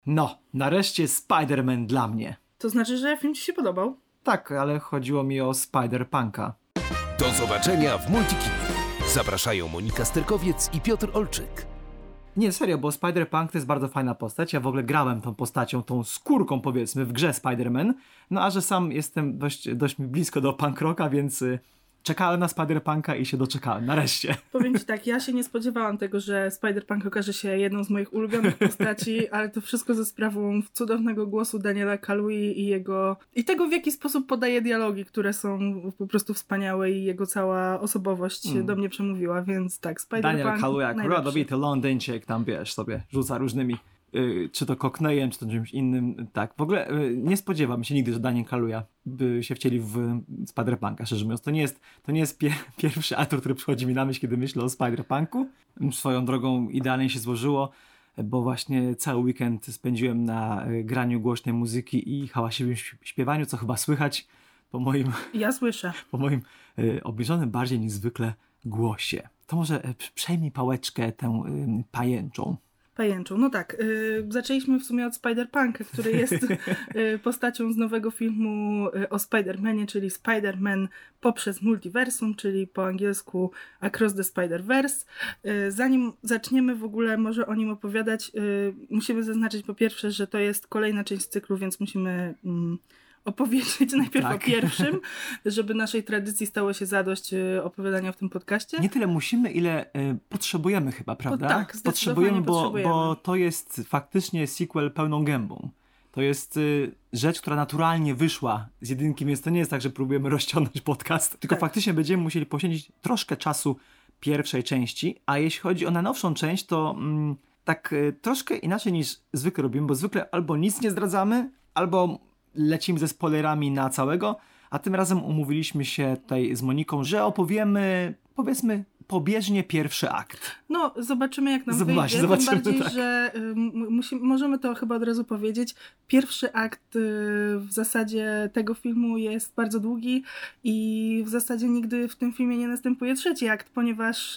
No, nareszcie Spider-Man dla mnie. To znaczy, że film ci się podobał? Tak, ale chodziło mi o Spider-Punka. Do zobaczenia w Multikinie. Zapraszają Monika Sterkowiec i Piotr Olczyk. Nie, serio, bo Spider-Punk to jest bardzo fajna postać. Ja w ogóle grałem tą postacią, tą skórką powiedzmy w grze Spider-Man. No a że sam jestem dość mi blisko do punk rocka, więc czekałem na Spider-Punka i się doczekałem, nareszcie. Powiem ci tak, ja się nie spodziewałam tego, że Spider-Punk okaże się jedną z moich ulubionych postaci, ale to wszystko ze sprawą cudownego głosu Daniela Kaluuyi i tego, w jaki sposób podaje dialogi, które są po prostu wspaniałe i jego cała osobowość do mnie przemówiła, więc tak, Spider-Punk Daniel Kaluuya jak najlepszy. rodowity Londyńczyk, tam wiesz, sobie rzuca różnymi czy to Cockneyem, czy to czymś innym, tak. W ogóle nie spodziewam się nigdy, że Daniel Kaluuya by się wcielił w Spider-Punka, szczerze mówiąc. To nie jest pierwszy aktor, który przychodzi mi na myśl, kiedy myślę o Spider-Punku. Swoją drogą idealnie się złożyło, bo właśnie cały weekend spędziłem na graniu głośnej muzyki i hałasowym śpiewaniu, co chyba słychać po moim... Ja słyszę. Po moim obniżonym bardziej niż zwykle głosie. To może przejmij pałeczkę tę pajęczą. Pajęczą. No tak, zaczęliśmy w sumie od Spider-Punka, który jest postacią z nowego filmu o Spider-Manie, czyli Spider-Man poprzez multiversum, czyli po angielsku Across the Spider-Verse. Zanim zaczniemy w ogóle może o nim opowiadać, musimy zaznaczyć po pierwsze, że to jest kolejna część cyklu, więc musimy opowiedzieć najpierw o pierwszym, żeby naszej tradycji stało się zadość opowiadania w tym podcaście. Nie tyle musimy, ile potrzebujemy chyba, prawda? Tak, potrzebujemy, bo to jest faktycznie sequel pełną gębą. To jest rzecz, która naturalnie wyszła z jedynki, więc to nie jest tak, że próbujemy rozciągnąć podcast, tylko faktycznie będziemy musieli poświęcić troszkę czasu pierwszej części, a jeśli chodzi o najnowszą część, to tak troszkę inaczej niż zwykle robimy, bo zwykle albo nic nie zdradzamy, albo lecimy ze spoilerami na całego, a tym razem umówiliśmy się tutaj z Moniką, że opowiemy, powiedzmy, pobieżnie pierwszy akt. No, zobaczymy jak nam wyjdzie. Tym bardziej, tak. że możemy to chyba od razu powiedzieć. Pierwszy akt w zasadzie tego filmu jest bardzo długi i w zasadzie nigdy w tym filmie nie następuje trzeci akt, ponieważ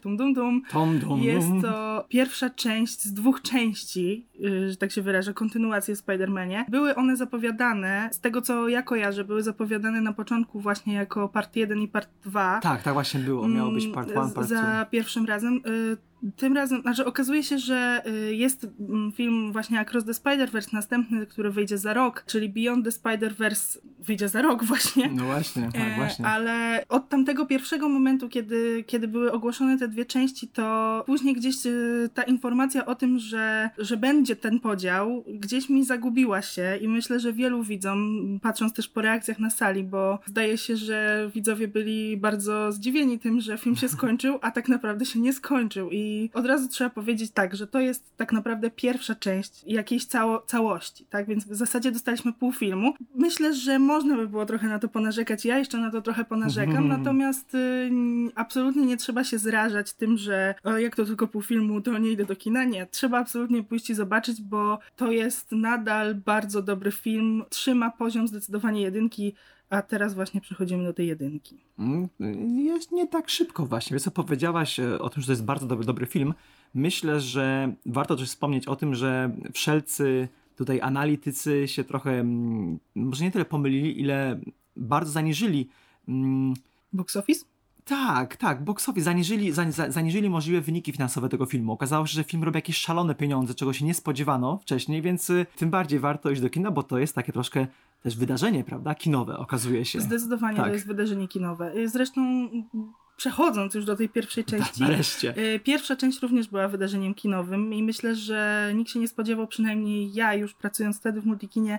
jest to pierwsza część z dwóch części, że tak się wyrażę, kontynuacje w Spider-Manie. Były one zapowiadane, z tego co ja kojarzę, były zapowiadane na początku właśnie jako part 1 i part 2. Tak właśnie było. Miało być part 1, part 2. Za pierwszym razem. Tym razem, okazuje się, że jest film właśnie Across the Spider-Verse następny, który wyjdzie za rok, czyli Beyond the Spider-Verse wyjdzie za rok właśnie. No właśnie, tak właśnie. Ale od tamtego pierwszego momentu, kiedy były ogłoszone te dwie części, to później gdzieś ta informacja o tym, że będzie ten podział, gdzieś mi zagubiła się i myślę, że wielu widzom, patrząc też po reakcjach na sali, bo zdaje się, że widzowie byli bardzo zdziwieni tym, że film się skończył, a tak naprawdę się nie skończył i od razu trzeba powiedzieć tak, że to jest tak naprawdę pierwsza część jakiejś całości, tak? Więc w zasadzie dostaliśmy pół filmu. Myślę, że można by było trochę na to ponarzekać. Ja jeszcze na to trochę ponarzekam, natomiast absolutnie nie trzeba się zrażać tym, że jak to tylko pół filmu, to nie idę do kina. Nie, trzeba absolutnie pójść i zobaczyć, bo to jest nadal bardzo dobry film. Trzyma poziom zdecydowanie jedynki, a teraz właśnie przechodzimy do tej jedynki. Jest nie tak szybko właśnie. Wiesz co, powiedziałaś o tym, że to jest bardzo dobry film. Myślę, że warto też wspomnieć o tym, że wszelcy tutaj analitycy się trochę, może nie tyle pomylili, ile bardzo zaniżyli. Box office? Tak, box office. Zaniżyli możliwe wyniki finansowe tego filmu. Okazało się, że film robi jakieś szalone pieniądze, czego się nie spodziewano wcześniej, więc tym bardziej warto iść do kina, bo to jest takie troszkę też wydarzenie, prawda? Kinowe, okazuje się. Zdecydowanie tak. To jest wydarzenie kinowe. Zresztą przechodząc już do tej pierwszej części. Nareszcie. Pierwsza część również była wydarzeniem kinowym i myślę, że nikt się nie spodziewał, przynajmniej ja już pracując wtedy w Multikinie,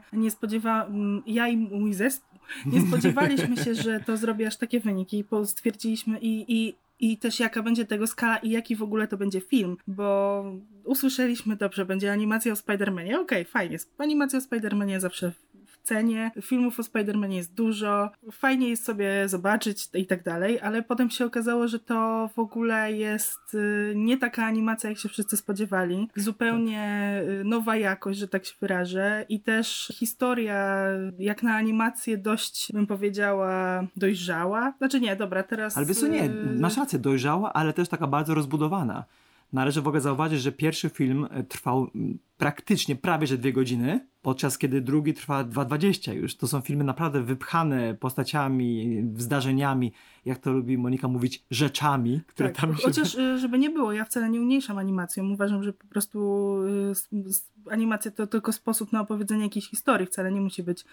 ja i mój zespół, nie spodziewaliśmy się, że to zrobi aż takie wyniki, bo stwierdziliśmy i też jaka będzie tego skala i jaki w ogóle to będzie film, bo usłyszeliśmy, dobrze, będzie animacja o Spider-Manie, okej, fajnie, animacja o Spider-Manie zawsze w cenie, filmów o Spider-Manie jest dużo, fajnie jest sobie zobaczyć i tak dalej, ale potem się okazało, że to w ogóle jest nie taka animacja, jak się wszyscy spodziewali, zupełnie nowa jakość, że tak się wyrażę i też historia jak na animację dość, bym powiedziała, dojrzała, znaczy nie, dobra, teraz... Ale wiesz co, nie, masz rację, dojrzała, ale też taka bardzo rozbudowana. Należy w ogóle zauważyć, że pierwszy film trwał praktycznie prawie że 2 godziny, podczas kiedy drugi trwa 2:20 już. To są filmy naprawdę wypchane postaciami, zdarzeniami, jak to lubi Monika mówić, rzeczami, które Tak, tam się... chociaż żeby nie było, ja wcale nie umniejszam animacją. Uważam, że po prostu animacja to tylko sposób na opowiedzenie jakiejś historii. Wcale nie musi być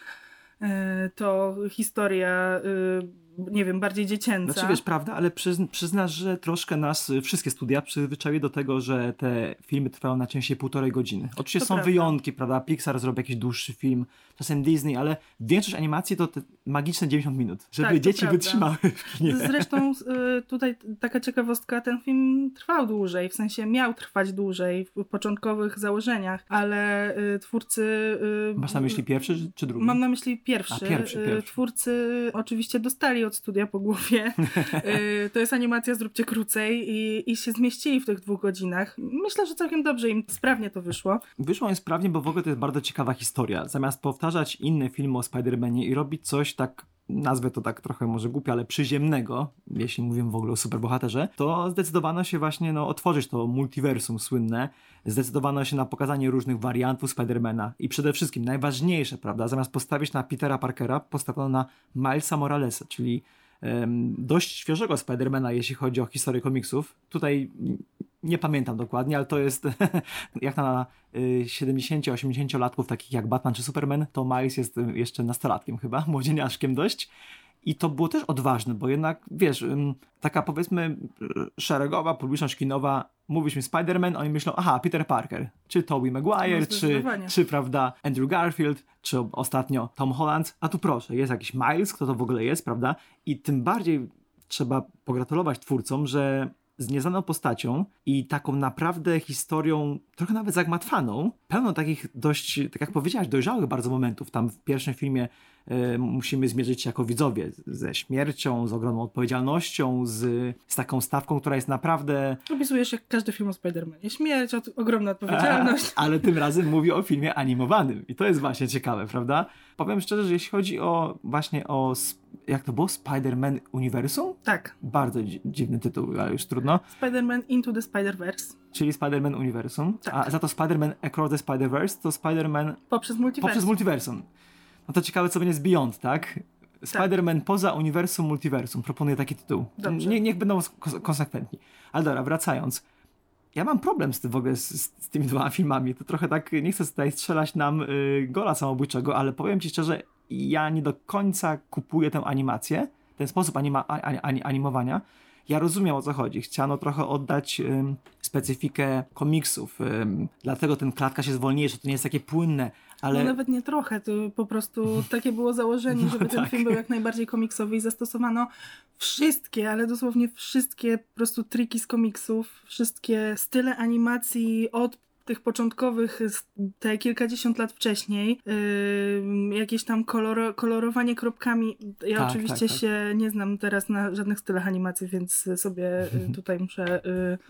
to historia, nie wiem, bardziej dziecięca. Znaczy wiesz, prawda, ale przyznasz, że troszkę nas wszystkie studia przyzwyczaiły do tego, że te filmy trwają najczęściej 1,5 godziny. Oczywiście To są prawda. wyjątki, prawda, Pixar zrobi jakiś dłuższy film, czasem Disney, ale większość animacji to te magiczne 90 minut, żeby Tak, to dzieci prawda. wytrzymały w kinie. Zresztą tutaj taka ciekawostka, ten film trwał dłużej, w sensie miał trwać dłużej w początkowych założeniach, ale twórcy... Masz na myśli pierwszy czy drugi? Mam na myśli pierwszy. A, pierwszy. Twórcy oczywiście dostali od studia po głowie. To jest animacja, zróbcie krócej i się zmieścili w tych 2 godzinach. Myślę, że całkiem dobrze im sprawnie to wyszło. Wyszło im sprawnie, bo w ogóle to jest bardzo ciekawa historia. Zamiast powtarzać inne filmy o Spider-Manie i robić coś tak, nazwę to tak trochę może głupio, ale przyziemnego, jeśli mówimy w ogóle o superbohaterze, to zdecydowano się właśnie otworzyć to multiversum słynne. Zdecydowano się na pokazanie różnych wariantów Spidermana i przede wszystkim najważniejsze, prawda, zamiast postawić na Petera Parkera, postawiono na Milesa Moralesa, czyli dość świeżego Spidermana, jeśli chodzi o historię komiksów. Tutaj nie pamiętam dokładnie, ale to jest jak na 70-80-latków takich jak Batman czy Superman, to Miles jest jeszcze nastolatkiem chyba, młodzieniaszkiem dość. I to było też odważne, bo jednak, wiesz, taka powiedzmy szeregowa publiczność kinowa, mówisz mi Spider-Man, oni myślą, aha, Peter Parker, czy Tobey Maguire, czy prawda, Andrew Garfield, czy ostatnio Tom Holland, a tu proszę, jest jakiś Miles, kto to w ogóle jest, prawda? I tym bardziej trzeba pogratulować twórcom, że z nieznaną postacią i taką naprawdę historią, trochę nawet zagmatwaną, pełno takich dość, tak jak powiedziałaś, dojrzałych bardzo momentów. Tam w pierwszym filmie musimy zmierzyć się jako widzowie ze śmiercią, z ogromną odpowiedzialnością, z taką stawką, która jest naprawdę... Opisujesz jak każdy film o Spider-Manie. Śmierć, ogromna odpowiedzialność. Ale tym razem mówi o filmie animowanym i to jest właśnie ciekawe, prawda? Powiem szczerze, że jeśli chodzi o właśnie o, jak to było? Spider-Man Uniwersum? Tak. Bardzo dziwny tytuł, ale już trudno. Spider-Man Into the Spider-Verse. Czyli Spider-Man Uniwersum. Tak. A za to Spider-Man Across the Spider-Verse to Spider-Man Poprzez multiversum. No to ciekawe, co będzie z Beyond, tak? Spider-Man poza uniwersum, multiversum. Proponuję taki tytuł. Niech będą konsekwentni. Ale dobra, wracając. Ja mam problem w ogóle z tymi 2 filmami. To trochę tak, nie chcę tutaj strzelać nam gola samobójczego, ale powiem ci szczerze, ja nie do końca kupuję tę animację, ten sposób animowania. Ja rozumiem, o co chodzi. Chciano trochę oddać specyfikę komiksów. Dlatego ten klatka jest wolniejszy, to nie jest takie płynne. Ale... No nawet nie trochę, to po prostu takie było założenie, żeby ten film był jak najbardziej komiksowy i zastosowano wszystkie, ale dosłownie wszystkie po prostu triki z komiksów, wszystkie style animacji od tych początkowych, te kilkadziesiąt lat wcześniej, jakieś tam kolorowanie kropkami. Ja oczywiście się nie znam teraz na żadnych stylach animacji, więc sobie tutaj muszę...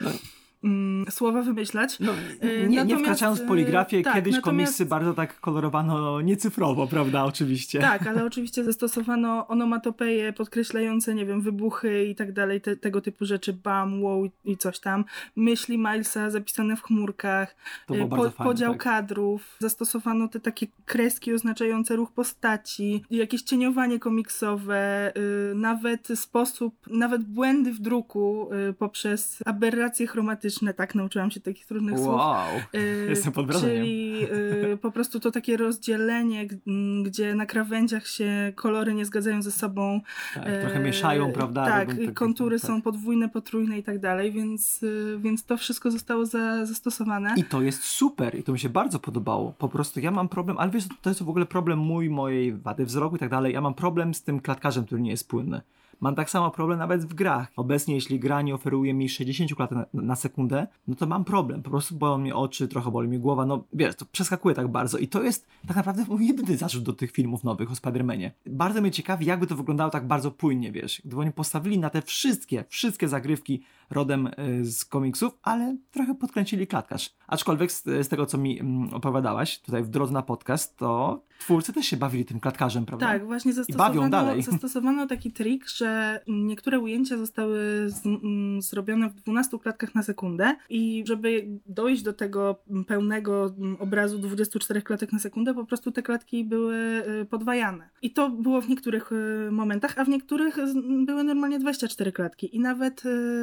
słowa wymyślać. No, nie wkraczając w poligrafię, kiedyś komiksy bardzo tak kolorowano niecyfrowo, prawda, oczywiście. Tak, ale oczywiście zastosowano onomatopeje podkreślające, nie wiem, wybuchy i tak dalej, tego typu rzeczy, bam, wow i coś tam. Myśli Milesa zapisane w chmurkach, podział kadrów, zastosowano te takie kreski oznaczające ruch postaci, jakieś cieniowanie komiksowe, nawet błędy w druku poprzez aberracje chromatyczne, tak, nauczyłam się takich trudnych słów. Jestem pod wrażeniem. Czyli po prostu to takie rozdzielenie, gdzie na krawędziach się kolory nie zgadzają ze sobą. Tak, trochę mieszają, prawda? Tak, kontury są podwójne, potrójne i tak dalej, więc to wszystko zostało zastosowane. I to jest super i to mi się bardzo podobało. Po prostu ja mam problem, ale wiesz, to jest w ogóle problem mojej wady wzroku i tak dalej. Ja mam problem z tym klatkarzem, który nie jest płynny. Mam tak samo problem nawet w grach. Obecnie, jeśli gra nie oferuje mi 60 klatek na sekundę, no to mam problem. Po prostu bolą mnie oczy, trochę boli mnie głowa. No wiesz, to przeskakuje tak bardzo. I to jest tak naprawdę mój jedyny zarzut do tych filmów nowych o Spider-Manie. Bardzo mnie ciekawi, jakby to wyglądało tak bardzo płynnie, wiesz. Gdyby oni postawili na te wszystkie zagrywki rodem z komiksów, ale trochę podkręcili klatkarz. Aczkolwiek z tego, co mi opowiadałaś tutaj w drodze na podcast, to twórcy też się bawili tym klatkarzem, prawda? Tak, właśnie bawią dalej. zastosowano taki trik, że niektóre ujęcia zostały zrobione w 12 klatkach na sekundę i żeby dojść do tego pełnego obrazu 24 klatek na sekundę, po prostu te klatki były podwajane. I to było w niektórych momentach, a w niektórych były normalnie 24 klatki. I nawet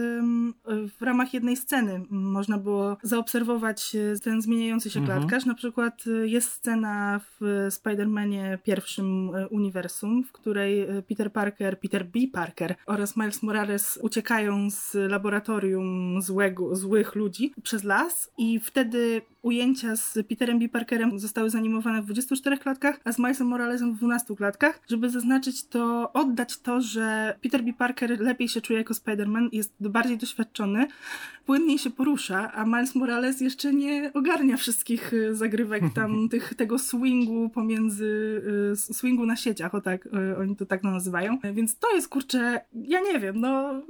w ramach jednej sceny można było zaobserwować ten zmieniający się klatkarz. Na przykład jest scena w Spider-Manie pierwszym uniwersum, w której Peter B. Parker oraz Miles Morales uciekają z laboratorium złych ludzi przez las i wtedy ujęcia z Peterem B. Parkerem zostały zanimowane w 24 klatkach, a z Milesem Moralesem w 12 klatkach, żeby zaznaczyć to, oddać to, że Peter B. Parker lepiej się czuje jako Spider-Man, jest bardziej doświadczony, płynniej się porusza, a Miles Morales jeszcze nie ogarnia wszystkich zagrywek tam, tego swingu pomiędzy, swingu na sieciach, o tak, oni to tak nazywają. Więc to jest, kurczę, ja nie wiem, no...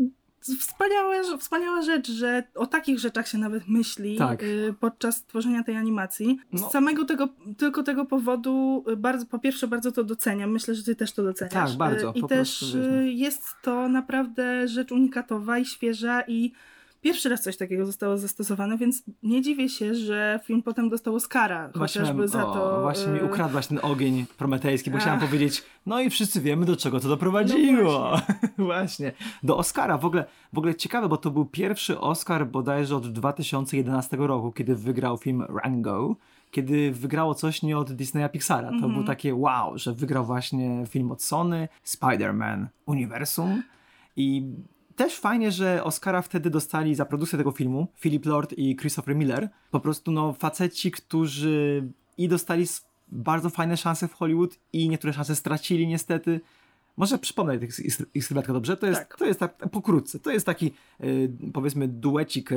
Wspaniała rzecz, że o takich rzeczach się nawet myśli podczas tworzenia tej animacji. Z samego tego powodu po pierwsze bardzo to doceniam. Myślę, że ty też to doceniasz. Tak, bardzo. I też jest to naprawdę rzecz unikatowa i świeża i pierwszy raz coś takiego zostało zastosowane, więc nie dziwię się, że film potem dostał Oscara, chociażby za to... Właśnie mi ukradłaś ten ogień prometejski, bo chciałam powiedzieć, no i wszyscy wiemy, do czego to doprowadziło. No właśnie. Do Oscara. W ogóle ciekawe, bo to był pierwszy Oscar bodajże od 2011 roku, kiedy wygrał film Rango, kiedy wygrało coś nie od Disneya Pixara. To było takie wow, że wygrał właśnie film od Sony, Spider-Man Uniwersum i... Też fajnie, że Oscara wtedy dostali za produkcję tego filmu Philip Lord i Christopher Miller. Po prostu faceci, którzy i dostali bardzo fajne szanse w Hollywood i niektóre szanse stracili niestety. Może przypomnę ich sylwetkę dobrze? To jest tak pokrótce. To jest taki powiedzmy duecik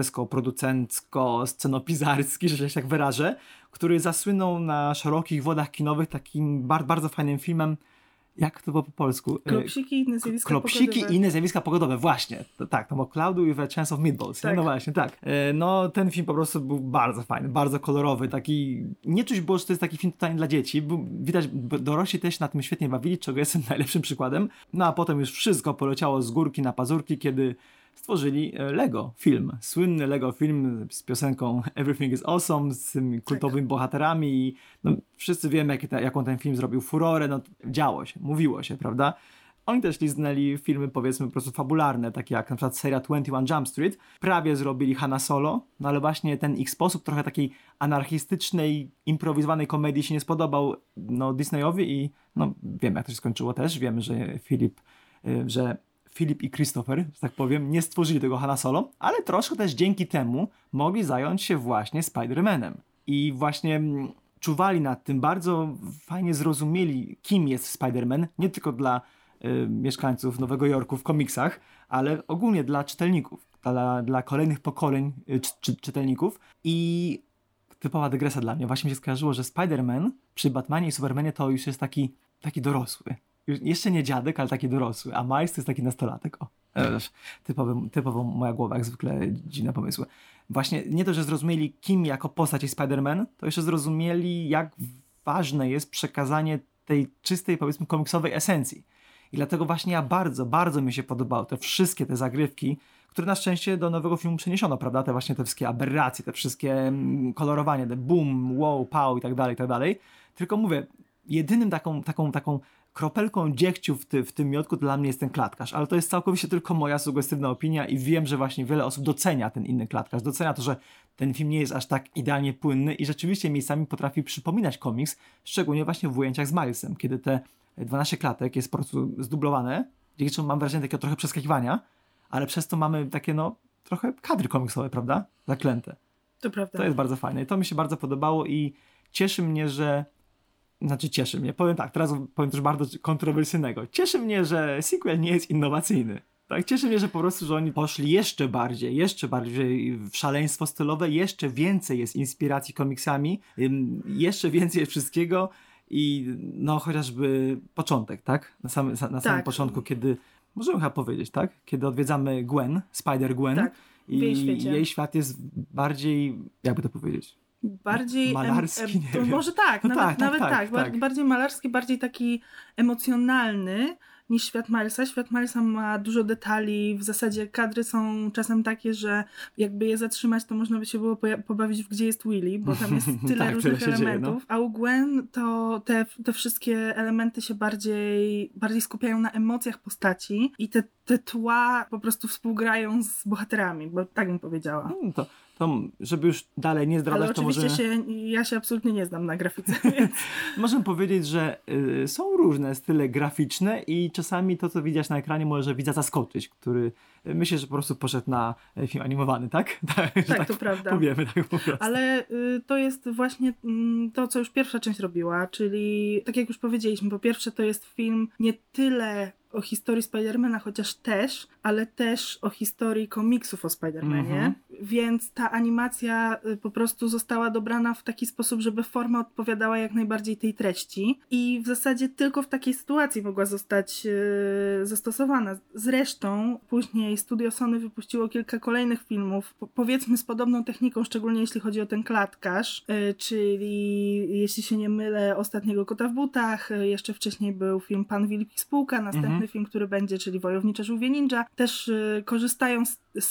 reżysersko-producencko-scenopizarski, że się tak wyrażę, który zasłynął na szerokich wodach kinowych takim bardzo fajnym filmem. Jak to było po polsku? Klopsiki i inne zjawiska Klopsiki pogodowe. i inne zjawiska pogodowe, właśnie. To było Cloudy with a Chance of Meatballs. Tak. No właśnie, tak. No ten film po prostu był bardzo fajny, bardzo kolorowy, taki... Nie czuć było, że to jest taki film totalnie dla dzieci. Widać, dorośli też na tym świetnie bawili, czego jestem najlepszym przykładem. No a potem już wszystko poleciało z górki na pazurki, kiedy stworzyli Lego film. Słynny Lego film z piosenką Everything is Awesome, z tymi kultowymi bohaterami i wszyscy wiemy, jaką ten film zrobił furorę, działo się, mówiło się, prawda? Oni też liznęli filmy, powiedzmy, po prostu fabularne, takie jak na przykład seria 21 Jump Street. Prawie zrobili Hanna Solo, ale właśnie ten ich sposób trochę takiej anarchistycznej, improwizowanej komedii się nie spodobał Disneyowi i wiemy, jak to się skończyło też. Wiemy, że Filip i Christopher, że tak powiem, nie stworzyli tego Hanna Solo, ale troszkę też dzięki temu mogli zająć się właśnie Spider-Manem. I właśnie czuwali nad tym, bardzo fajnie zrozumieli, kim jest Spider-Man, nie tylko dla mieszkańców Nowego Jorku w komiksach, ale ogólnie dla czytelników, dla kolejnych pokoleń czytelników. I typowa dygresja dla mnie. Właśnie mi się skojarzyło, że Spider-Man przy Batmanie i Supermanie to już jest taki dorosły. Jeszcze nie dziadek, ale taki dorosły, a Miles to jest taki nastolatek. Typowo moja głowa, jak zwykle dziwne pomysły. Właśnie nie to, że zrozumieli, kim jako postać jest Spider-Man, to jeszcze zrozumieli, jak ważne jest przekazanie tej czystej, powiedzmy, komiksowej esencji. I dlatego właśnie bardzo mi się podobały te wszystkie te zagrywki, które na szczęście do nowego filmu przeniesiono, prawda? Te wszystkie aberracje, te wszystkie kolorowanie, te boom, wow, pow i tak dalej. Tylko mówię, jedynym taką kropelką dziegciu w tym miodku dla mnie jest ten klatkarz, ale to jest całkowicie tylko moja sugestywna opinia i wiem, że właśnie wiele osób docenia ten inny klatkarz, docenia to, że ten film nie jest aż tak idealnie płynny i rzeczywiście miejscami potrafi przypominać komiks, szczególnie właśnie w ujęciach z Milesem, kiedy te 12 klatek jest po prostu zdublowane, dzięki czemu mam wrażenie takiego trochę przeskakiwania, ale przez to mamy takie trochę kadry komiksowe, prawda? Zaklęte. To prawda. To jest bardzo fajne i to mi się bardzo podobało i cieszy mnie, powiem tak, teraz powiem coś bardzo kontrowersyjnego. Cieszy mnie, że sequel nie jest innowacyjny. Tak, cieszy mnie, że po prostu, że oni poszli jeszcze bardziej w szaleństwo stylowe, jeszcze więcej jest inspiracji komiksami, jeszcze więcej jest wszystkiego i chociażby początek, tak? Na samym początku, kiedy, możemy chyba powiedzieć, tak? Kiedy odwiedzamy Gwen, Spider-Gwen tak, i jej świat jest bardziej, jakby to powiedzieć, bardziej malarski, nie wiem. Może tak, No nawet tak. bardziej malarski, bardziej taki emocjonalny niż Świat Milesa. Świat Milesa ma dużo detali, w zasadzie kadry są czasem takie, że jakby je zatrzymać, to można by się było pobawić w Gdzie jest Willy, bo tam jest tyle Tak, różnych tyle się dzieje, elementów. A u Gwen to te wszystkie elementy się bardziej skupiają na emocjach postaci i te tła po prostu współgrają z bohaterami, bo tak bym powiedziała. To żeby już dalej nie zdradzać, Ale to oczywiście może... ja się absolutnie nie znam na grafice, więc... Możemy powiedzieć, że są różne style graficzne i czasami to, co widzisz na ekranie, może widza zaskoczyć, który myślę, że po prostu poszedł na film animowany, tak? Tak, to prawda. Powiemy tak po prostu. Ale to jest właśnie to, co już pierwsza część robiła, czyli tak jak już powiedzieliśmy, po pierwsze to jest film nie tyle o historii Spidermana, chociaż też, ale też o historii komiksów o Spidermanie, więc ta animacja po prostu została dobrana w taki sposób, żeby forma odpowiadała jak najbardziej tej treści i w zasadzie tylko w takiej sytuacji mogła zostać zastosowana. Zresztą później Studio Sony wypuściło kilka kolejnych filmów, powiedzmy z podobną techniką, szczególnie jeśli chodzi o ten klatkarz, czyli jeśli się nie mylę, Ostatniego kota w butach, jeszcze wcześniej był film Pan Wilk i Spółka, następny film, który będzie, czyli Wojownicze żółwie ninja, też korzystają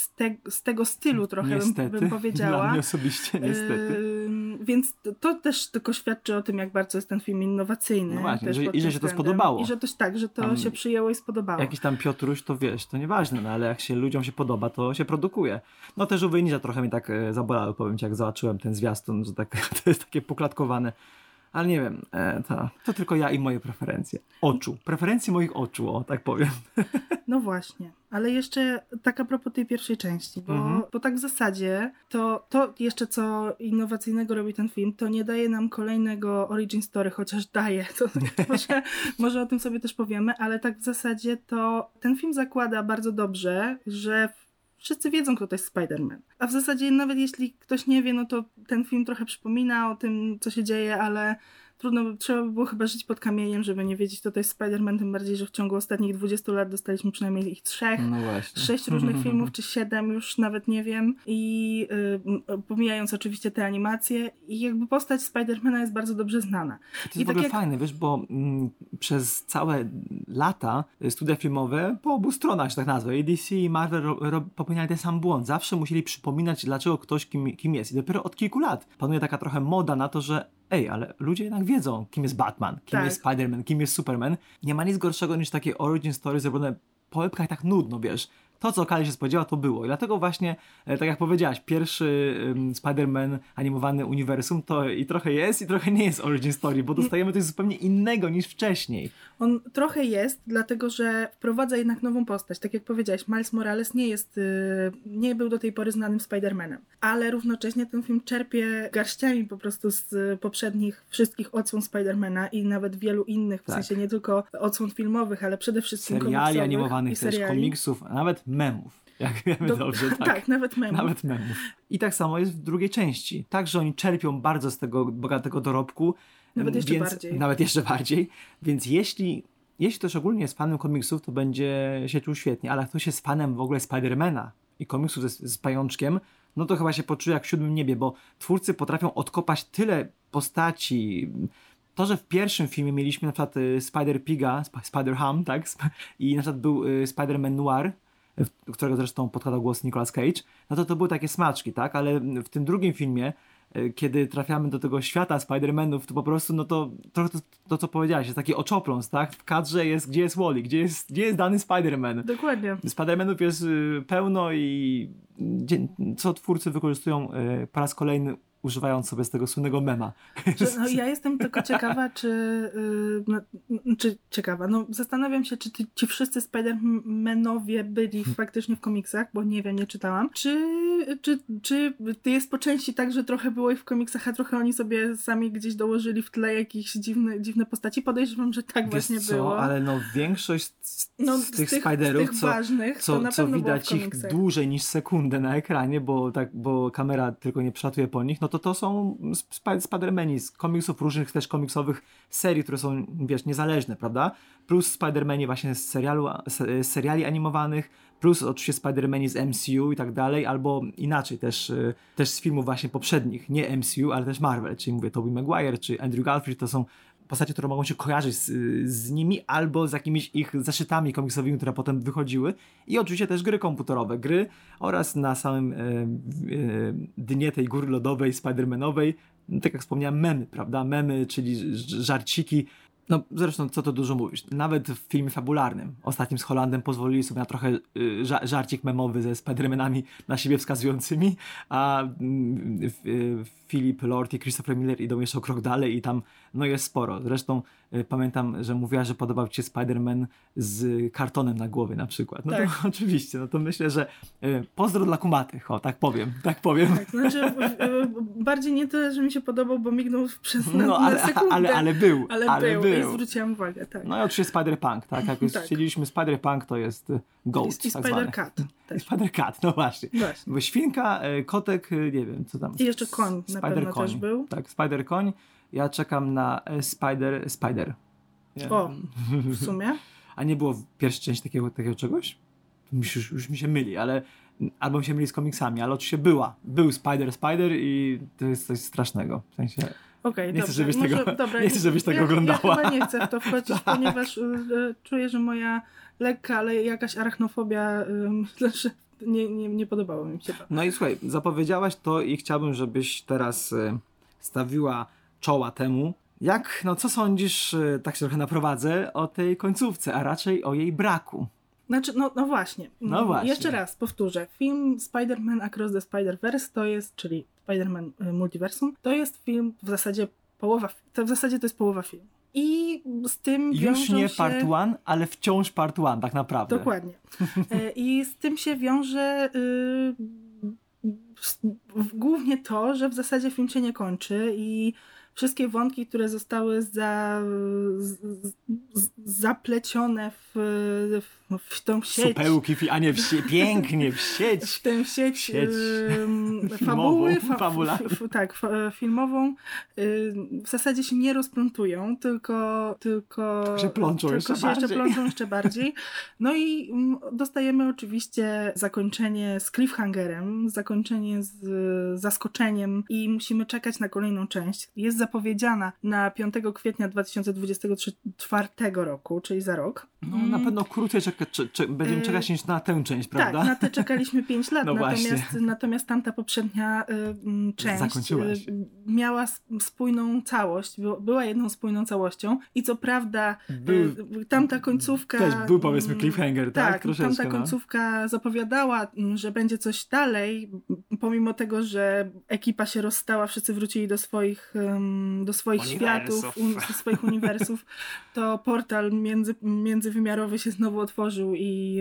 z tego stylu trochę, bym powiedziała. Dla mnie osobiście niestety. Więc to też tylko świadczy o tym, jak bardzo jest ten film innowacyjny. No właśnie, też i że się to spodobało. I że że to tam się przyjęło i spodobało. Jakiś tam Piotruś, to wiesz, to nieważne, no ale jak się ludziom się podoba, to się produkuje. No te żółwie ninja trochę mnie tak zabolały, powiem ci, jak zobaczyłem ten zwiastun, że tak, to jest takie poklatkowane. Ale nie wiem, to tylko ja i moje preferencje. Preferencje moich oczu, o tak powiem. No właśnie, ale jeszcze tak a propos tej pierwszej części, bo tak w zasadzie to jeszcze co innowacyjnego robi ten film, to nie daje nam kolejnego origin story, chociaż daje, to może o tym sobie też powiemy, ale tak w zasadzie to ten film zakłada bardzo dobrze, że wszyscy wiedzą, kto to jest Spider-Man. A w zasadzie nawet jeśli ktoś nie wie, no to ten film trochę przypomina o tym, co się dzieje, ale trudno, trzeba by było chyba żyć pod kamieniem, żeby nie wiedzieć, kto to jest Spider-Man, tym bardziej, że w ciągu ostatnich 20 lat dostaliśmy przynajmniej ich 3, no 6 różnych filmów, czy 7, już nawet nie wiem. I pomijając oczywiście te animacje, i jakby postać Spider-Mana jest bardzo dobrze znana. To jest w ogóle fajne, wiesz, bo przez całe lata studia filmowe po obu stronach, że tak nazwę, i DC i Marvel popełniali ten sam błąd. Zawsze musieli przypominać, dlaczego ktoś kim jest. I dopiero od kilku lat panuje taka trochę moda na to, że ale ludzie jednak wiedzą, kim jest Batman, kim jest Spider-Man, kim jest Superman. Nie ma nic gorszego niż takie origin story zrobione po łebkach tak nudno, wiesz. To, co Kali się spodziewa, to było. I dlatego właśnie, tak jak powiedziałaś, pierwszy Spider-Man animowany uniwersum to i trochę jest, i trochę nie jest origin story, bo dostajemy coś zupełnie innego niż wcześniej. On trochę jest, dlatego że wprowadza jednak nową postać. Tak jak powiedziałaś, Miles Morales nie był do tej pory znanym Spider-Manem. Ale równocześnie ten film czerpie garściami po prostu z poprzednich wszystkich odsłon Spider-Mana i nawet wielu innych, w sensie nie tylko odsłon filmowych, ale przede wszystkim seriali animowanych też, komiksów, a nawet memów. Jak wiemy dobrze, tak. Tak, nawet memów. I tak samo jest w drugiej części. Także oni czerpią bardzo z tego bogatego dorobku. Nawet jeszcze bardziej. Więc jeśli ktoś ogólnie jest fanem komiksów, to będzie się czuł świetnie. Ale jak ktoś jest fanem w ogóle Spidermana i komiksów z pajączkiem, no to chyba się poczuje jak w siódmym niebie, bo twórcy potrafią odkopać tyle postaci. To, że w pierwszym filmie mieliśmy na przykład Spider-Piga, Spider-Ham, tak? I na przykład był Spider-Man Noir, którego zresztą podkładał głos Nicolas Cage, no to były takie smaczki, tak? Ale w tym drugim filmie, kiedy trafiamy do tego świata Spider-Manów, to po prostu, no to to co powiedziałeś, jest taki oczopląs, tak? W kadrze jest, gdzie jest Wally, gdzie jest dany Spider-Man. Dokładnie. Spider-Manów jest pełno i co twórcy wykorzystują po raz kolejny, używając sobie z tego słynnego mema. Ja jestem tylko ciekawa, zastanawiam się, czy ci wszyscy Spider-Manowie byli faktycznie w komiksach, bo nie wiem, nie czytałam. Czy jest po części tak, że trochę było ich w komiksach, a trochę oni sobie sami gdzieś dołożyli w tle jakieś dziwne postaci? Podejrzewam, że tak właśnie było. Ale większość z tych Spiderów, co widać ich dłużej niż sekundę na ekranie, bo kamera tylko nie przelatuje po nich, no to są Spider-Mani z komiksów, różnych też komiksowych serii, które są, wiesz, niezależne, prawda? Plus Spider-Mani właśnie z seriali animowanych, plus oczywiście Spider-Mani z MCU i tak dalej, albo inaczej też z filmów właśnie poprzednich, nie MCU, ale też Marvel, czyli mówię Tobey Maguire czy Andrew Garfield, to są postacie, które mogą się kojarzyć z nimi albo z jakimiś ich zeszytami komiksowymi, które potem wychodziły i oczywiście też gry komputerowe, gry oraz na samym dnie tej góry lodowej, Spider-Manowej, tak jak wspomniałem, memy, prawda? Memy, czyli żarciki. No zresztą, co to dużo mówisz, nawet w filmie fabularnym, ostatnim z Hollandem, pozwolili sobie na trochę żarcik memowy ze Spider-Manami na siebie wskazującymi, a Philip Lord i Christopher Miller idą jeszcze o krok dalej i tam no jest sporo. Zresztą pamiętam, że mówiła, że podobał ci się Spider-Man z kartonem na głowie na przykład. No tak. To oczywiście, no to myślę, że pozdro dla kumatych, o tak powiem. Tak, znaczy bardziej nie tyle, że mi się podobał, bo mignął na sekundę. Ale był. I zwróciłam uwagę, tak. No i oczywiście Spider-Punk, tak? Jak już chcieliśmy Spider-Punk, to jest Ghost, I tak Spider-Cat. I Spider-Cat, no właśnie. Bo świnka, kotek, nie wiem, co tam. I jeszcze koń na pewno też był. Tak, Spider-Koń. Ja czekam na Spider. O, w sumie. A nie było pierwsza część takiego czegoś? Już mi się myli, ale albo mi się myli z komiksami, ale oczywiście był Spider i to jest coś strasznego. W sensie... Okej, nie chcę, żebyś tego oglądała. Ja chyba nie chcę w to wchodzić, ponieważ czuję, że moja lekka, ale jakaś arachnofobia, myślę, że nie podobało mi się to. No i słuchaj, zapowiedziałaś to i chciałbym, żebyś teraz stawiła czoła temu. Co sądzisz, tak się trochę naprowadzę, o tej końcówce, a raczej o jej braku? Znaczy, no właśnie. Jeszcze raz powtórzę. Film Spider-Man Across the Spider-Verse czyli Spider-Man Multiversum, to jest film w zasadzie to jest połowa filmu. I z tym już nie part 1, ale wciąż part 1 tak naprawdę. Dokładnie. I z tym się wiąże głównie to, że w zasadzie film się nie kończy i wszystkie wątki, które zostały zaplecione w tą sieć. Supełki, pięknie w sieć. W tę sieć fabuły, filmową, w zasadzie się nie rozplątują, tylko się plączą jeszcze bardziej. No i dostajemy oczywiście zakończenie z cliffhangerem, zakończenie z zaskoczeniem i musimy czekać na kolejną część. Jest zapowiedziana na 5 kwietnia 2024 roku, czyli za rok. No na pewno krócej będziemy czekać niż na tę część, prawda? Tak, na tę czekaliśmy 5 lat, no natomiast tamta poprzednia część miała spójną całość, była jedną spójną całością i co prawda tamta końcówka... Też był powiedzmy cliffhanger, tak? Tamta końcówka zapowiadała, że będzie coś dalej, pomimo tego, że ekipa się rozstała, wszyscy wrócili do swoich światów, do swoich uniwersów, to portal międzywymiarowy się znowu otworzył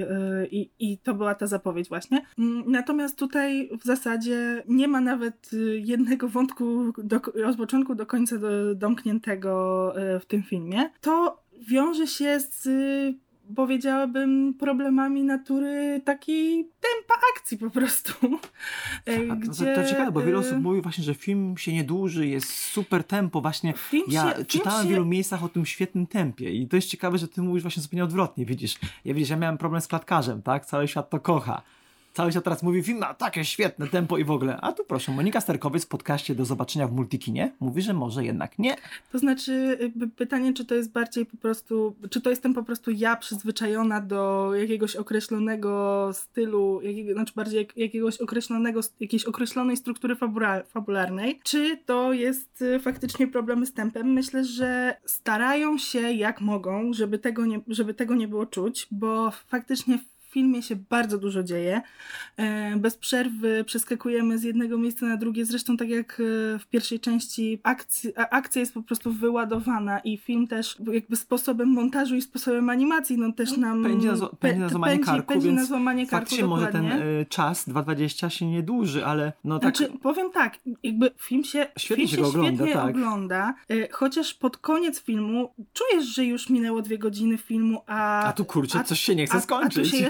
i to była ta zapowiedź właśnie. Natomiast tutaj w zasadzie nie ma nawet jednego wątku od początku do końca domkniętego w tym filmie. To wiąże się z powiedziałabym problemami natury takiej tempa akcji po prostu. To ciekawe, bo wiele osób mówi właśnie, że film się nie dłuży, jest super tempo. Właśnie czytałem w wielu miejscach o tym świetnym tempie i to jest ciekawe, że ty mówisz właśnie zupełnie odwrotnie, widzisz. Ja miałem problem z klatkarzem, tak? Cały świat to kocha. Cały świat teraz mówi, film ma takie świetne tempo i w ogóle. A tu proszę, Monika Sterkowiec w podcaście Do zobaczenia w Multikinie mówi, że może jednak nie. To znaczy pytanie, czy to jest bardziej po prostu, czy to jestem po prostu ja przyzwyczajona do jakiegoś określonego stylu, bardziej jakiejś określonej struktury fabularnej, czy to jest faktycznie problemy z tempem. Myślę, że starają się jak mogą, żeby tego nie było czuć, bo faktycznie w filmie się bardzo dużo dzieje. Bez przerwy przeskakujemy z jednego miejsca na drugie. Zresztą tak jak w pierwszej części akcja jest po prostu wyładowana i film też jakby sposobem montażu i sposobem animacji też nam pędzi na złamanie karku, więc faktycznie może ten czas 2.20 się nie dłuży, ale powiem tak, jakby film się świetnie ogląda, chociaż pod koniec filmu czujesz, że już minęło 2 godziny filmu, a tu kurczę, coś się nie chce skończyć. A tu się jeszcze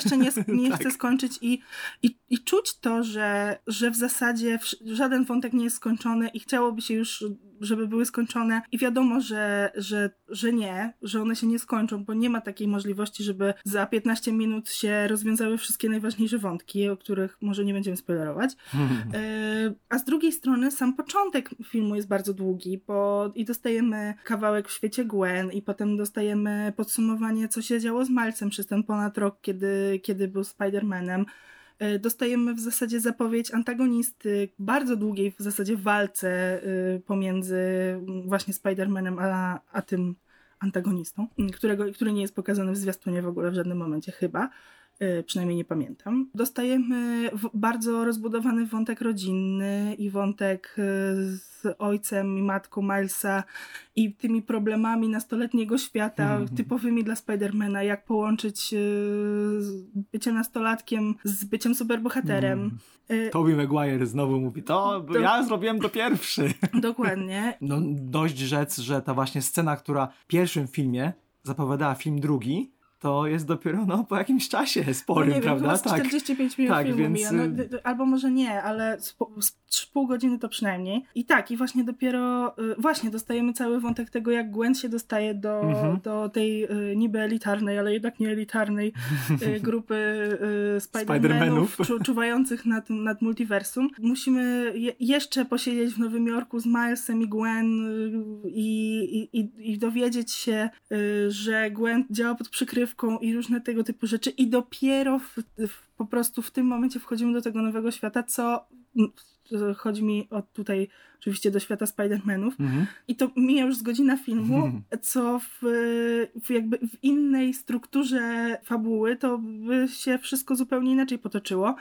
jeszcze nie chce skończyć i czuć to, że w zasadzie żaden wątek nie jest skończony i chciałoby się już, żeby były skończone i wiadomo, że nie, że one się nie skończą, bo nie ma takiej możliwości, żeby za 15 minut się rozwiązały wszystkie najważniejsze wątki, o których może nie będziemy spoilerować. A z drugiej strony sam początek filmu jest bardzo długi, i dostajemy kawałek w świecie Gwen i potem dostajemy podsumowanie, co się działo z Milesem przez ten ponad rok, kiedy był Spider-Manem. Dostajemy w zasadzie zapowiedź antagonisty, bardzo długiej w zasadzie walce pomiędzy właśnie Spider-Manem a tym antagonistą, który nie jest pokazany w zwiastunie w ogóle w żadnym momencie chyba. Przynajmniej nie pamiętam. Dostajemy bardzo rozbudowany wątek rodzinny i wątek z ojcem i matką Milesa i tymi problemami nastoletniego świata typowymi dla Spidermana, jak połączyć bycie nastolatkiem z byciem superbohaterem. Tobey Maguire znowu mówi, ja zrobiłem to pierwszy. Dokładnie. No dość rzec, że ta właśnie scena, która w pierwszym filmie zapowiadała film drugi, to jest dopiero po jakimś czasie sporym, nie prawda? Wiem, chyba 45 minut filmu więc... mija. Albo może nie, ale z pół godziny to przynajmniej. I właśnie dopiero dostajemy cały wątek tego, jak Gwen się dostaje do tej niby elitarnej, ale jednak nie elitarnej grupy Spider-Manów czuwających nad multiversum. Musimy jeszcze posiedzieć w Nowym Jorku z Milesem i Gwen i dowiedzieć się, że Gwen działa pod przykrywką i różne tego typu rzeczy i dopiero po prostu w tym momencie wchodzimy do tego nowego świata, co chodzi mi tutaj oczywiście do świata Spider-Manów i to mija już z godzina filmu, co jakby w innej strukturze fabuły to by się wszystko zupełnie inaczej potoczyło.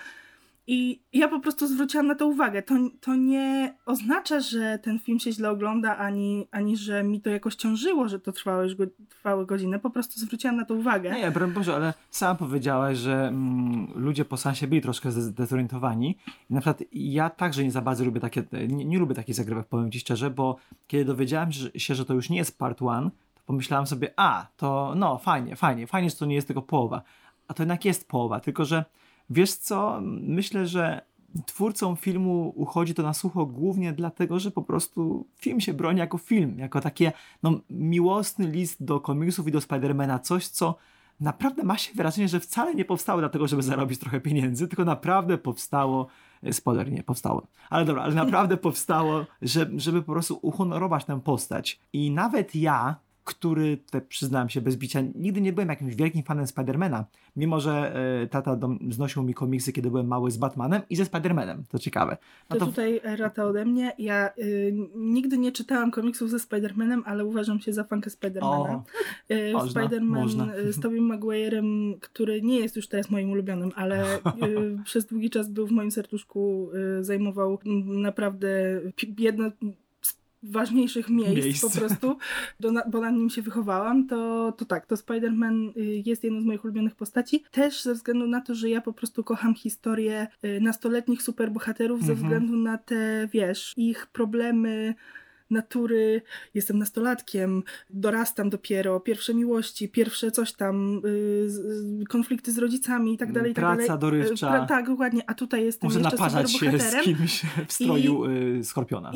I ja po prostu zwróciłam na to uwagę. To nie oznacza, że ten film się źle ogląda, ani że mi to jakoś ciążyło, że to trwały godziny. Po prostu zwróciłam na to uwagę. Nie, broń Boże, ale sam powiedziałaś, że ludzie po seansie byli troszkę zdezorientowani. I na przykład ja także nie za bardzo lubię nie lubię takich zagrywek, powiem ci szczerze, bo kiedy dowiedziałem się, że to już nie jest part one, to pomyślałem sobie, to fajnie, że to nie jest tylko połowa. A to jednak jest połowa, tylko że wiesz co, myślę, że twórcom filmu uchodzi to na sucho głównie dlatego, że po prostu film się broni jako film, jako takie miłosny list do komiksów i do Spidermana, coś co naprawdę ma się wrażenie, że wcale nie powstało dlatego, żeby zarobić trochę pieniędzy, tylko naprawdę powstało, spoiler, nie powstało, ale dobra, ale naprawdę powstało, żeby po prostu uhonorować tę postać. I nawet ja, który, tutaj przyznałem się bez bicia, nigdy nie byłem jakimś wielkim fanem Spidermana, mimo że tata znosił mi komiksy, kiedy byłem mały, z Batmanem i ze Spidermanem, to ciekawe. To tutaj rata ode mnie. Ja nigdy nie czytałam komiksów ze Spidermanem, ale uważam się za fankę Spidermana. Spiderman z Tobey Maguire'em, który nie jest już teraz moim ulubionym, ale przez długi czas był w moim serduszku, zajmował naprawdę jedno ważniejszych miejsc po prostu, bo na nim się wychowałam, to Spider-Man jest jedną z moich ulubionych postaci. Też ze względu na to, że ja po prostu kocham historię nastoletnich superbohaterów, ze względu na te, ich problemy natury, jestem nastolatkiem, dorastam dopiero, pierwsze miłości, pierwsze coś tam, konflikty z rodzicami i tak dalej. Praca dorywcza. Tak, dokładnie. A tutaj jestem jeszcze superbohaterem. Może naparzać się z kimś w stroju Skorpiona.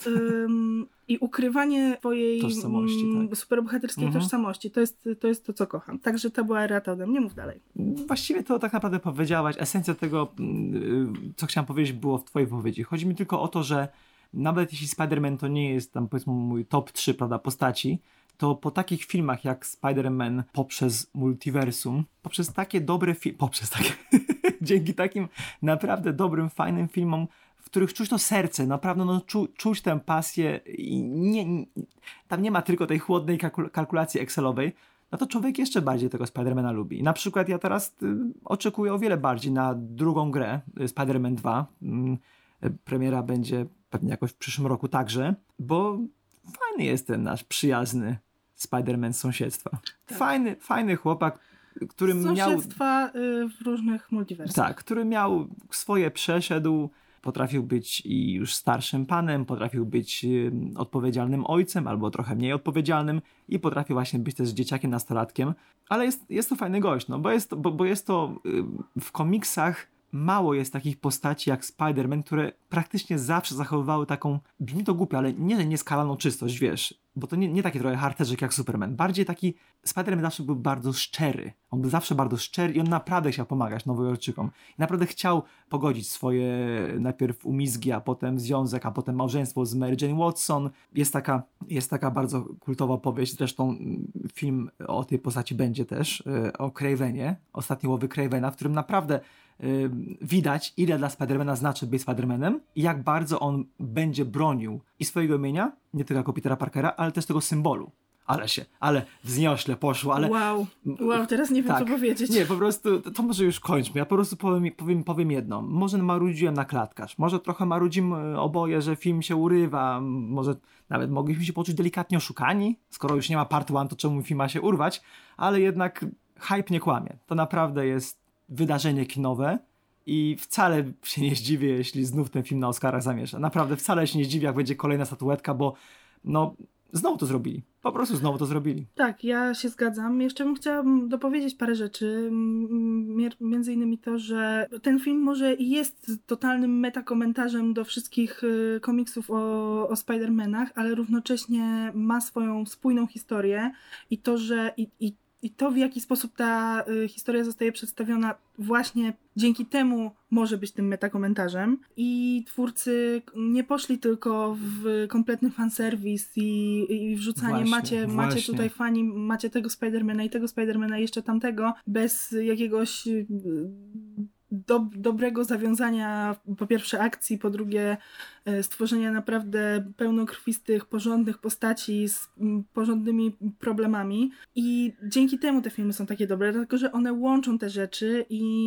I ukrywanie twojej tożsamości, superbohaterskiej tożsamości. To jest to, co kocham. Także to była rata ode mnie. Mów dalej. Właściwie to tak naprawdę powiedziałaś. Esencja tego, co chciałam powiedzieć, było w twojej wypowiedzi. Chodzi mi tylko o to, że nawet jeśli Spider-Man to nie jest tam, powiedzmy, mój top 3, prawda, postaci, to po takich filmach jak Spider-Man poprzez multiversum, poprzez takie dobre dzięki takim naprawdę dobrym, fajnym filmom, w których czuć to serce, naprawdę czuć tę pasję i tam nie ma tylko tej chłodnej kalkulacji Excelowej, no to człowiek jeszcze bardziej tego Spidermana lubi. Na przykład ja teraz oczekuję o wiele bardziej na drugą grę, Spider-Man 2. Premiera będzie pewnie jakoś w przyszłym roku także, bo fajny jest ten nasz przyjazny Spider-Man z sąsiedztwa. Tak. Fajny chłopak, który miał... Sąsiedztwa w różnych multiversach. Tak, który miał przeszedł, Potrafił być i już starszym panem, potrafił być odpowiedzialnym ojcem albo trochę mniej odpowiedzialnym i potrafił właśnie być też dzieciakiem, nastolatkiem, ale jest to fajny gość, no bo jest to w komiksach mało jest takich postaci jak Spider-Man, które praktycznie zawsze zachowywały taką, brzmi to głupio, ale nie nieskalaną czystość, wiesz, bo to nie taki trochę harcerzyk jak Superman, bardziej taki, Spider-Man zawsze był bardzo szczery, on był zawsze bardzo szczery i on naprawdę chciał pomagać Nowojorczykom i naprawdę chciał pogodzić swoje najpierw umizgi, a potem związek, a potem małżeństwo z Mary Jane Watson. Jest taka bardzo kultowa opowieść, zresztą film o tej postaci będzie też, o Cravenie, Ostatni łowy Cravena, w którym naprawdę widać, ile dla Spidermana znaczy być Spidermanem i jak bardzo on będzie bronił i swojego imienia, nie tylko jako Petera Parkera, ale też tego symbolu. Ale wzniośle poszło, ale... Wow, teraz nie wiem, tak, co powiedzieć. Nie, po prostu, to może już kończmy. Ja po prostu powiem jedno. Może marudziłem na klatkarz, może trochę marudzimy oboje, że film się urywa, może nawet mogliśmy się poczuć delikatnie oszukani. Skoro już nie ma part one, to czemu film ma się urwać? Ale jednak hype nie kłamie. To naprawdę jest wydarzenie kinowe i wcale się nie zdziwię, jeśli znów ten film na Oscarach zamiesza. Naprawdę wcale się nie zdziwię, jak będzie kolejna statuetka, bo no znowu to zrobili. Po prostu znowu to zrobili. Tak, ja się zgadzam. Jeszcze bym chciała dopowiedzieć parę rzeczy. Między innymi to, że ten film może i jest totalnym metakomentarzem do wszystkich komiksów o Spider-Manach, ale równocześnie ma swoją spójną historię i to, że i to, w jaki sposób ta historia zostaje przedstawiona, właśnie dzięki temu może być tym metakomentarzem. I twórcy nie poszli tylko w kompletny fanserwis i wrzucanie, macie tutaj fani, macie tego Spidermana i tego Spidermana i jeszcze tamtego, bez jakiegoś dobrego zawiązania, po pierwsze akcji, po drugie stworzenia naprawdę pełnokrwistych, porządnych postaci z porządnymi problemami i dzięki temu te filmy są takie dobre, dlatego że one łączą te rzeczy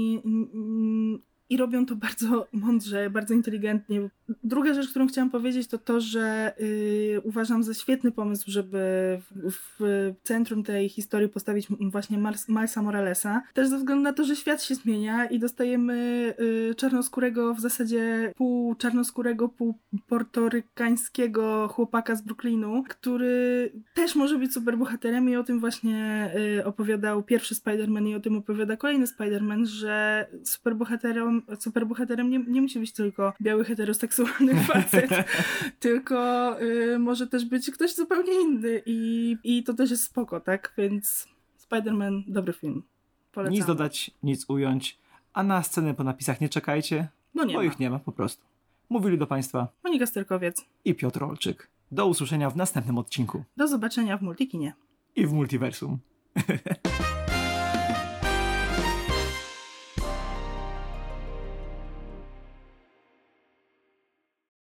i robią to bardzo mądrze, bardzo inteligentnie. Druga rzecz, którą chciałam powiedzieć, to to, że uważam za świetny pomysł, żeby w centrum tej historii postawić właśnie Milesa Moralesa. Też ze względu na to, że świat się zmienia i dostajemy czarnoskórego, w zasadzie pół czarnoskórego, pół portorykańskiego chłopaka z Brooklynu, który też może być superbohaterem i o tym właśnie opowiadał pierwszy Spider-Man i o tym opowiada kolejny Spider-Man, że superbohaterem nie musi być tylko biały heteroseksualny facet, tylko może też być ktoś zupełnie inny i to też jest spoko, tak? Więc Spider-Man, dobry film. Polecam. Nic dodać, nic ująć, a na scenę po napisach nie czekajcie, bo ich nie ma po prostu. Mówili do Państwa Monika Sterkowiec i Piotr Olczyk. Do usłyszenia w następnym odcinku. Do zobaczenia w Multikinie. I w multiversum.